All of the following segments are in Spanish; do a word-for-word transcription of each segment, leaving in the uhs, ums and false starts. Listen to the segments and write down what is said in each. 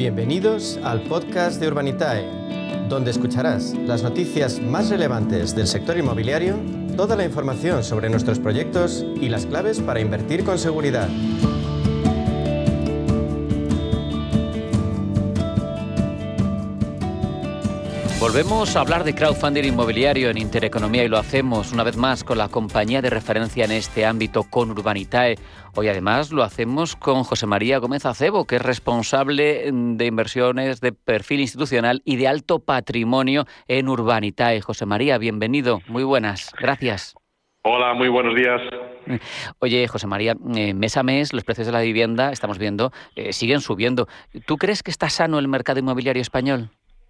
Bienvenidos al podcast de Urbanitae, donde escucharás las noticias más relevantes del sector inmobiliario, toda la información sobre nuestros proyectos y las claves para invertir con seguridad. Volvemos a hablar de crowdfunding inmobiliario en Intereconomía y lo hacemos una vez más con la compañía de referencia en este ámbito, con Urbanitae. Hoy además lo hacemos con José María Gómez Acebo, que es responsable de inversiones de perfil institucional y de alto patrimonio en Urbanitae. José María, bienvenido. Muy buenas. Gracias. Hola, muy buenos días. Oye, José María, eh, mes a mes los precios de la vivienda, estamos viendo, eh, siguen subiendo. ¿Tú crees que está sano el mercado inmobiliario español?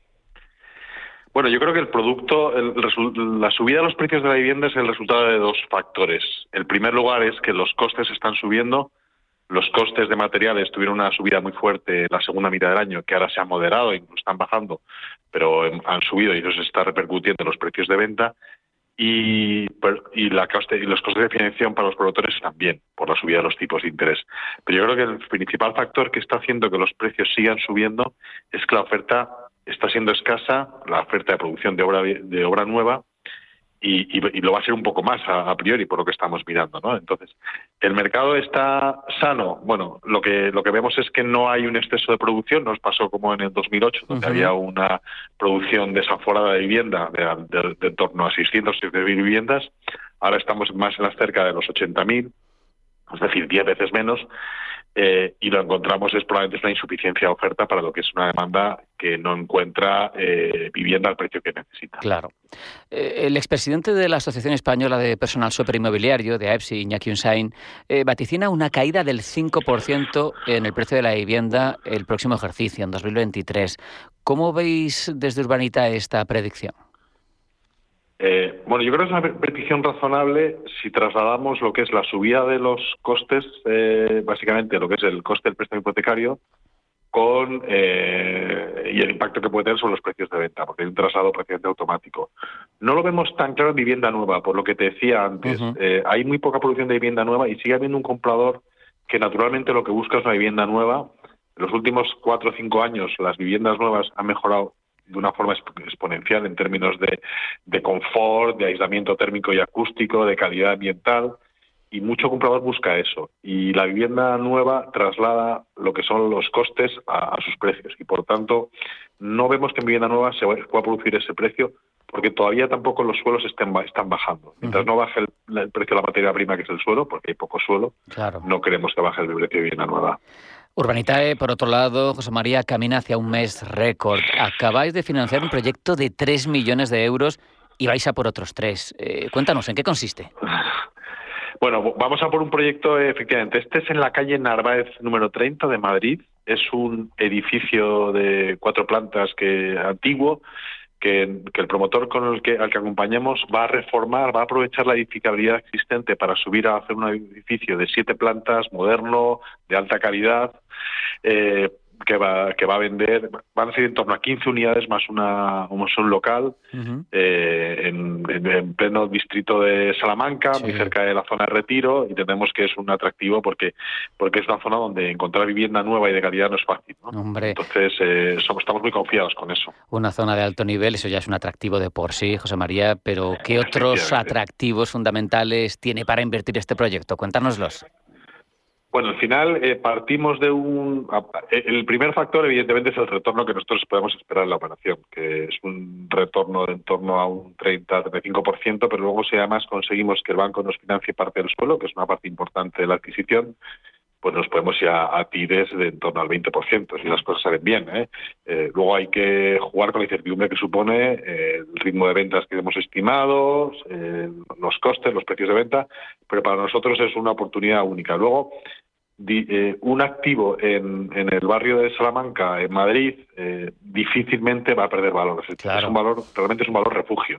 Bueno, yo creo que el producto, el, el, la subida de los precios de la vivienda es el resultado de dos factores. El primer lugar es que los costes están subiendo. Los costes de materiales tuvieron una subida muy fuerte en la segunda mitad del año, que ahora se ha moderado, incluso están bajando, pero han subido y eso se está repercutiendo en los precios de venta. Y, y, la coste, y los costes de financiación para los promotores también, por la subida de los tipos de interés. Pero yo creo que el principal factor que está haciendo que los precios sigan subiendo es que la oferta está siendo escasa, la oferta de producción de obra de obra nueva, y, y, y lo va a ser un poco más a, a priori por lo que estamos mirando, ¿no? Entonces, ¿el mercado está sano? Bueno, lo que lo que vemos es que no hay un exceso de producción. Nos pasó como en el dos mil ocho, donde uh-huh. había una producción desaforada de vivienda de, de, de en torno a seiscientas siete mil viviendas. Ahora estamos más en la cerca de los ochenta mil, es decir, diez veces menos. Eh, y lo encontramos es probablemente es una insuficiencia de oferta para lo que es una demanda que no encuentra eh, vivienda al precio que necesita. Claro. Eh, el expresidente de la Asociación Española de Personal Superinmobiliario, de A E P S I, Iñaki Unzain, eh, vaticina una caída del cinco por ciento en el precio de la vivienda el próximo ejercicio, en dos mil veintitrés. ¿Cómo veis desde Urbanitae esta predicción? Eh, bueno, yo creo que es una predicción razonable si trasladamos lo que es la subida de los costes, eh, básicamente lo que es el coste del préstamo hipotecario, con eh, y el impacto que puede tener sobre los precios de venta, porque hay un traslado prácticamente automático. No lo vemos tan claro en vivienda nueva, por lo que te decía antes. Uh-huh. Eh, hay muy poca producción de vivienda nueva y sigue habiendo un comprador que naturalmente lo que busca es una vivienda nueva. En los últimos cuatro o cinco años las viviendas nuevas han mejorado de una forma exponencial en términos de, de confort, de aislamiento térmico y acústico, de calidad ambiental, y mucho comprador busca eso. Y la vivienda nueva traslada lo que son los costes a, a sus precios, y por tanto no vemos que en vivienda nueva se pueda producir ese precio, porque todavía tampoco los suelos estén, están bajando. Mientras uh-huh. no baje el, el precio de la materia prima, que es el suelo, porque hay poco suelo, claro. no queremos que baje el precio de vivienda nueva. Urbanitae, por otro lado, José María, camina hacia un mes récord. Acabáis de financiar un proyecto de tres millones de euros y vais a por otros tres. Eh, cuéntanos, ¿en qué consiste? Bueno, vamos a por un proyecto, efectivamente. Este es en la calle Narváez número treinta de Madrid. Es un edificio de cuatro plantas que antiguo, que, que el promotor con el que al que acompañamos va a reformar, va a aprovechar la edificabilidad existente para subir a hacer un edificio de siete plantas, moderno, de alta calidad, eh, que va que va a vender, van a ser en torno a quince unidades más una un local uh-huh. eh, en, en, en pleno distrito de Salamanca, sí. muy cerca de la zona de Retiro, y entendemos que es un atractivo porque porque es una zona donde encontrar vivienda nueva y de calidad no es fácil, ¿no? Hombre. Entonces eh, somos, estamos muy confiados con eso. Una zona de alto nivel, eso ya es un atractivo de por sí, José María, pero ¿qué otros atractivos fundamentales tiene para invertir este proyecto? Cuéntanoslos. Bueno, al final eh, partimos de un... El primer factor, evidentemente, es el retorno que nosotros podemos esperar en la operación, que es un retorno de en torno a un treinta a treinta y cinco por ciento, pero luego si además conseguimos que el banco nos financie parte del suelo, que es una parte importante de la adquisición, pues nos podemos ir a, a tires de en torno al veinte por ciento, si las cosas salen bien, ¿eh? Eh, luego hay que jugar con la incertidumbre que supone eh, el ritmo de ventas que hemos estimado, eh, los costes, los precios de venta, pero para nosotros es una oportunidad única. Luego, di, eh, un activo en, en el barrio de Salamanca, en Madrid, eh, difícilmente va a perder valor. Claro. Es un valor, realmente es un valor refugio.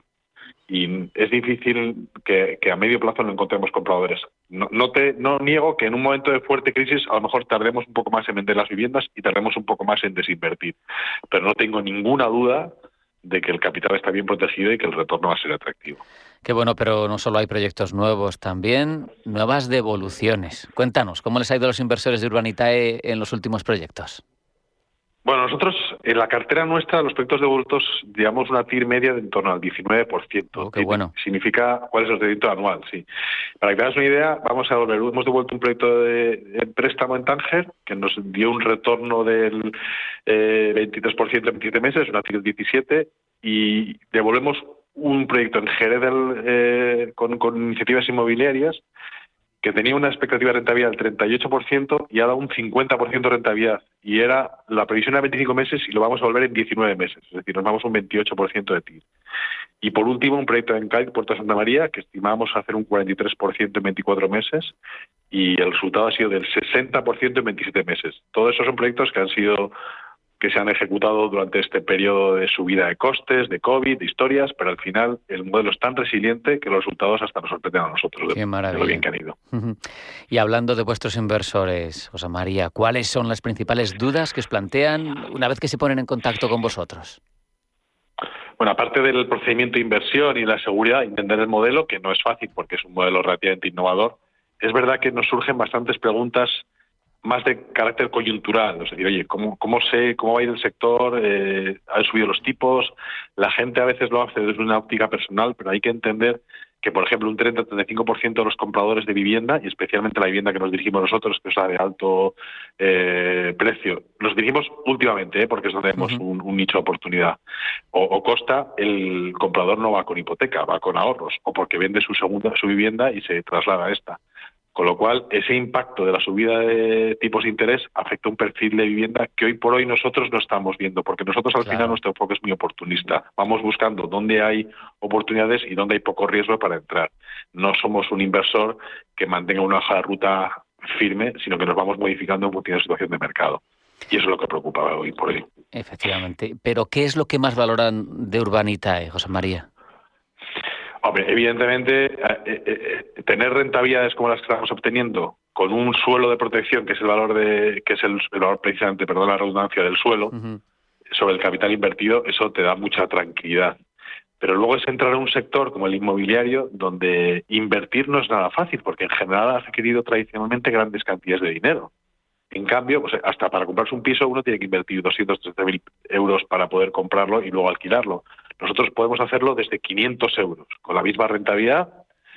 Y es difícil que, que a medio plazo no encontremos compradores. No, no te no niego que en un momento de fuerte crisis a lo mejor tardemos un poco más en vender las viviendas y tardemos un poco más en desinvertir. Pero no tengo ninguna duda de que el capital está bien protegido y que el retorno va a ser atractivo. Qué bueno, pero no solo hay proyectos nuevos, también nuevas devoluciones. Cuéntanos, ¿cómo les ha ido a los inversores de Urbanitae en los últimos proyectos? Bueno, nosotros en la cartera nuestra, los proyectos devolutos, llevamos una T I R media de en torno al diecinueve por ciento. Oh, qué bueno. Significa cuál es el rendimiento anual, sí. Para que te hagas una idea, vamos a volver. Hemos devuelto un proyecto de, de préstamo en Tánger que nos dio un retorno del eh, veintitrés por ciento en veintisiete meses, una T I R diecisiete, y devolvemos un proyecto en Jerez del, eh, con, con iniciativas inmobiliarias que tenía una expectativa de rentabilidad del treinta y ocho por ciento y ha dado un cincuenta por ciento de rentabilidad. Y era la previsión era veinticinco meses y lo vamos a volver en diecinueve meses. Es decir, nos vamos a un veintiocho por ciento de T I R. Y por último, un proyecto en Cádiz, Puerto de Santa María, que estimamos hacer un cuarenta y tres por ciento en veinticuatro meses y el resultado ha sido del sesenta por ciento en veintisiete meses. Todos esos son proyectos que han sido que se han ejecutado durante este periodo de subida de costes, de COVID, de historias, pero al final el modelo es tan resiliente que los resultados hasta nos sorprenden a nosotros. Qué maravilla. De lo bien que han ido. Y hablando de vuestros inversores, José María, ¿cuáles son las principales dudas que os plantean una vez que se ponen en contacto con vosotros? Bueno, aparte del procedimiento de inversión y la seguridad, entender el modelo, que no es fácil porque es un modelo relativamente innovador, es verdad que nos surgen bastantes preguntas más de carácter coyuntural, es decir, oye, ¿cómo, cómo sé cómo va a ir el sector? Eh, ¿Han subido los tipos? La gente a veces lo hace desde una óptica personal, pero hay que entender que, por ejemplo, un treinta a treinta y cinco por ciento de los compradores de vivienda, y especialmente la vivienda que nos dirigimos nosotros, que es la de alto eh, precio, nos dirigimos últimamente, ¿eh? porque es donde tenemos uh-huh. un, un nicho de oportunidad. O, o costa, el comprador no va con hipoteca, va con ahorros, o porque vende su segunda su vivienda y se traslada a esta. Con lo cual, ese impacto de la subida de tipos de interés afecta un perfil de vivienda que hoy por hoy nosotros no estamos viendo, porque nosotros al claro. final nuestro enfoque es muy oportunista. Vamos buscando dónde hay oportunidades y dónde hay poco riesgo para entrar. No somos un inversor que mantenga una hoja de ruta firme, sino que nos vamos modificando en función de la situación de mercado. Y eso es lo que preocupa hoy por hoy. Efectivamente. Pero, ¿qué es lo que más valoran de Urbanitae, José María? Hombre, evidentemente, eh, eh, tener rentabilidades como las que estamos obteniendo con un suelo de protección, que es el valor de, que es el, el valor precisamente, perdón, la redundancia del suelo, uh-huh. sobre el capital invertido, eso te da mucha tranquilidad. Pero luego es entrar en un sector como el inmobiliario, donde invertir no es nada fácil, porque en general ha requerido tradicionalmente grandes cantidades de dinero. En cambio, pues hasta para comprarse un piso uno tiene que invertir doscientos treinta mil euros para poder comprarlo y luego alquilarlo. Nosotros podemos hacerlo desde quinientos euros, con la misma rentabilidad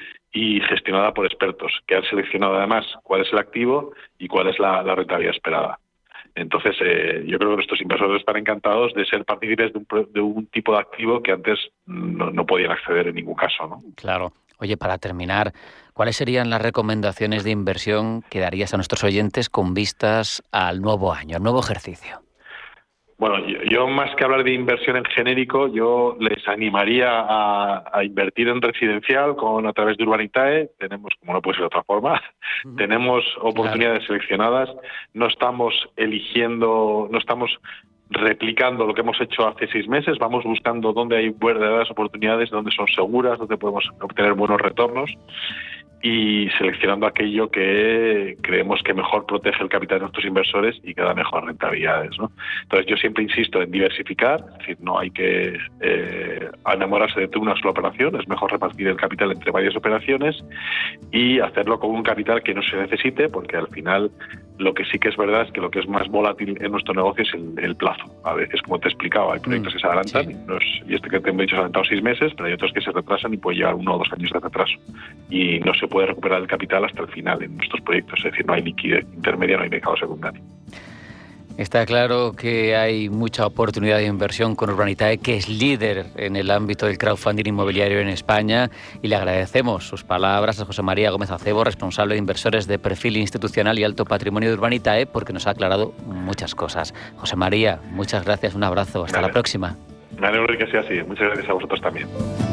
y gestionada por expertos, que han seleccionado además cuál es el activo y cuál es la, la rentabilidad esperada. Entonces, eh, yo creo que nuestros inversores están encantados de ser partícipes de un, de un tipo de activo que antes no, no podían acceder en ningún caso, ¿no? Claro. Oye, para terminar, ¿cuáles serían las recomendaciones de inversión que darías a nuestros oyentes con vistas al nuevo año, al nuevo ejercicio? Bueno, yo, yo más que hablar de inversión en genérico, yo les animaría a, a invertir en residencial con a través de Urbanitae. Tenemos, como no puede ser de otra forma, uh-huh. tenemos oportunidades claro. seleccionadas. No estamos eligiendo, no estamos replicando lo que hemos hecho hace seis meses. Vamos buscando dónde hay verdaderas oportunidades, dónde son seguras, dónde podemos obtener buenos retornos y seleccionando aquello que creemos que mejor protege el capital de nuestros inversores y que da mejores rentabilidades, ¿no? Entonces yo siempre insisto en diversificar, es decir, no hay que eh, enamorarse de una sola operación, es mejor repartir el capital entre varias operaciones y hacerlo con un capital que no se necesite, porque al final lo que sí que es verdad es que lo que es más volátil en nuestro negocio es el, el plazo. A veces, como te explicaba, hay proyectos mm, que se adelantan, sí. y, no es, y este que te he dicho se ha adelantado seis meses, pero hay otros que se retrasan y puede llevar uno o dos años de retraso. Y no se puede recuperar el capital hasta el final en nuestros proyectos, es decir, no hay liquidez intermedia, no hay mercado secundario. Está claro que hay mucha oportunidad de inversión con Urbanitae, que es líder en el ámbito del crowdfunding inmobiliario en España, y le agradecemos sus palabras a José María Gómez Acebo, responsable de inversores de perfil institucional y alto patrimonio de Urbanitae, porque nos ha aclarado muchas cosas. José María, muchas gracias, un abrazo, hasta vale. la próxima. Me alegro de que sea así, muchas gracias a vosotros también.